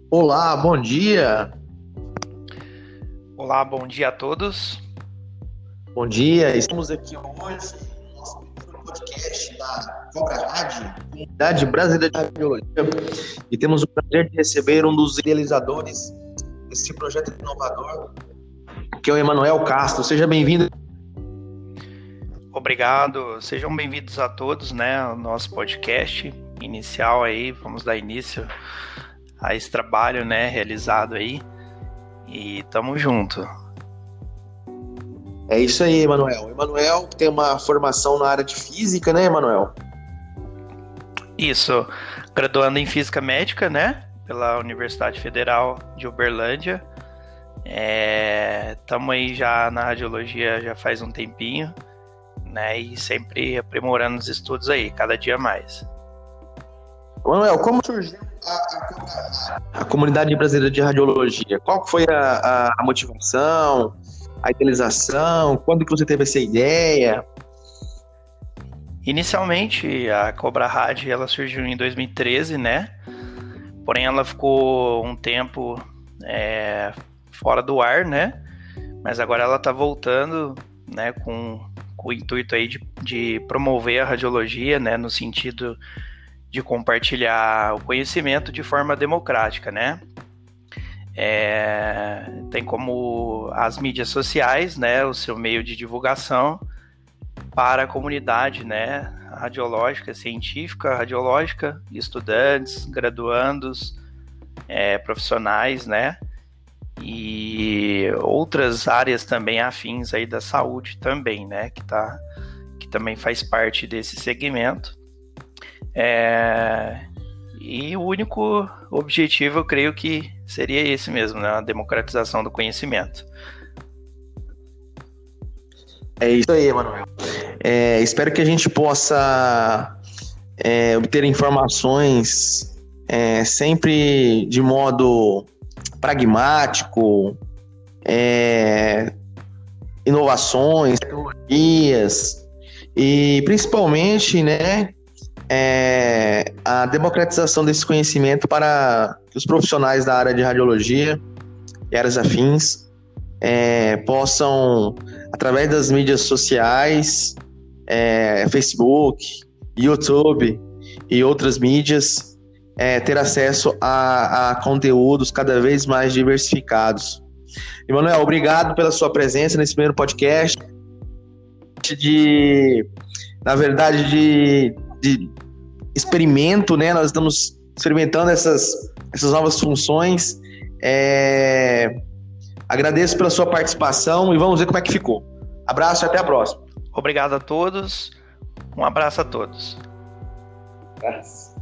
Olá, bom dia. Olá, bom dia a todos. Bom dia. Estamos aqui hoje no nosso primeiro podcast da Cobra Rádio, Comunidade Brasileira de Radiologia, e temos o prazer de receber um dos idealizadores desse projeto inovador, que é o Emanuel Castro. Seja bem-vindo. Obrigado. Sejam bem-vindos a todos, né, ao nosso podcast inicial aí. Vamos dar início a esse trabalho, né, realizado aí. E tamo junto. É isso aí, Emanuel. O Emanuel tem uma formação na área de física, né, Emanuel? Isso, graduando em Física Médica, né, pela Universidade Federal de Uberlândia. Tamo aí já na radiologia já faz um tempinho, né, e sempre aprimorando os estudos aí, cada dia mais. Emanuel, como surgiu a Comunidade Brasileira de Radiologia? Qual que foi a motivação, a idealização? Quando que você teve essa ideia? Inicialmente, a Cobra Rádio ela surgiu em 2013, né? Porém, ela ficou um tempo fora do ar, né? Mas agora ela está voltando, né? Com o intuito aí de promover a radiologia, né? No sentido de compartilhar o conhecimento de forma democrática, né? Tem como as mídias sociais, né? O seu meio de divulgação para a comunidade, né, radiológica, científica, radiológica, estudantes, graduandos, profissionais, né, e outras áreas também afins aí da saúde também, né, que também faz parte desse segmento. E o único objetivo, eu creio que seria esse mesmo, né, a democratização do conhecimento. É isso aí, Emanuel. Espero que a gente possa obter informações sempre de modo pragmático, inovações, tecnologias e principalmente, né, a democratização desse conhecimento para que os profissionais da área de radiologia e áreas afins possam, através das mídias sociais, Facebook, YouTube e outras mídias, ter acesso a conteúdos cada vez mais diversificados. Emanuel, obrigado pela sua presença nesse primeiro podcast na verdade, de experimento, né? Nós estamos experimentando essas novas funções. Agradeço pela sua participação e vamos ver como é que ficou. Abraço e até a próxima. Obrigado a todos. Um abraço a todos. Graças.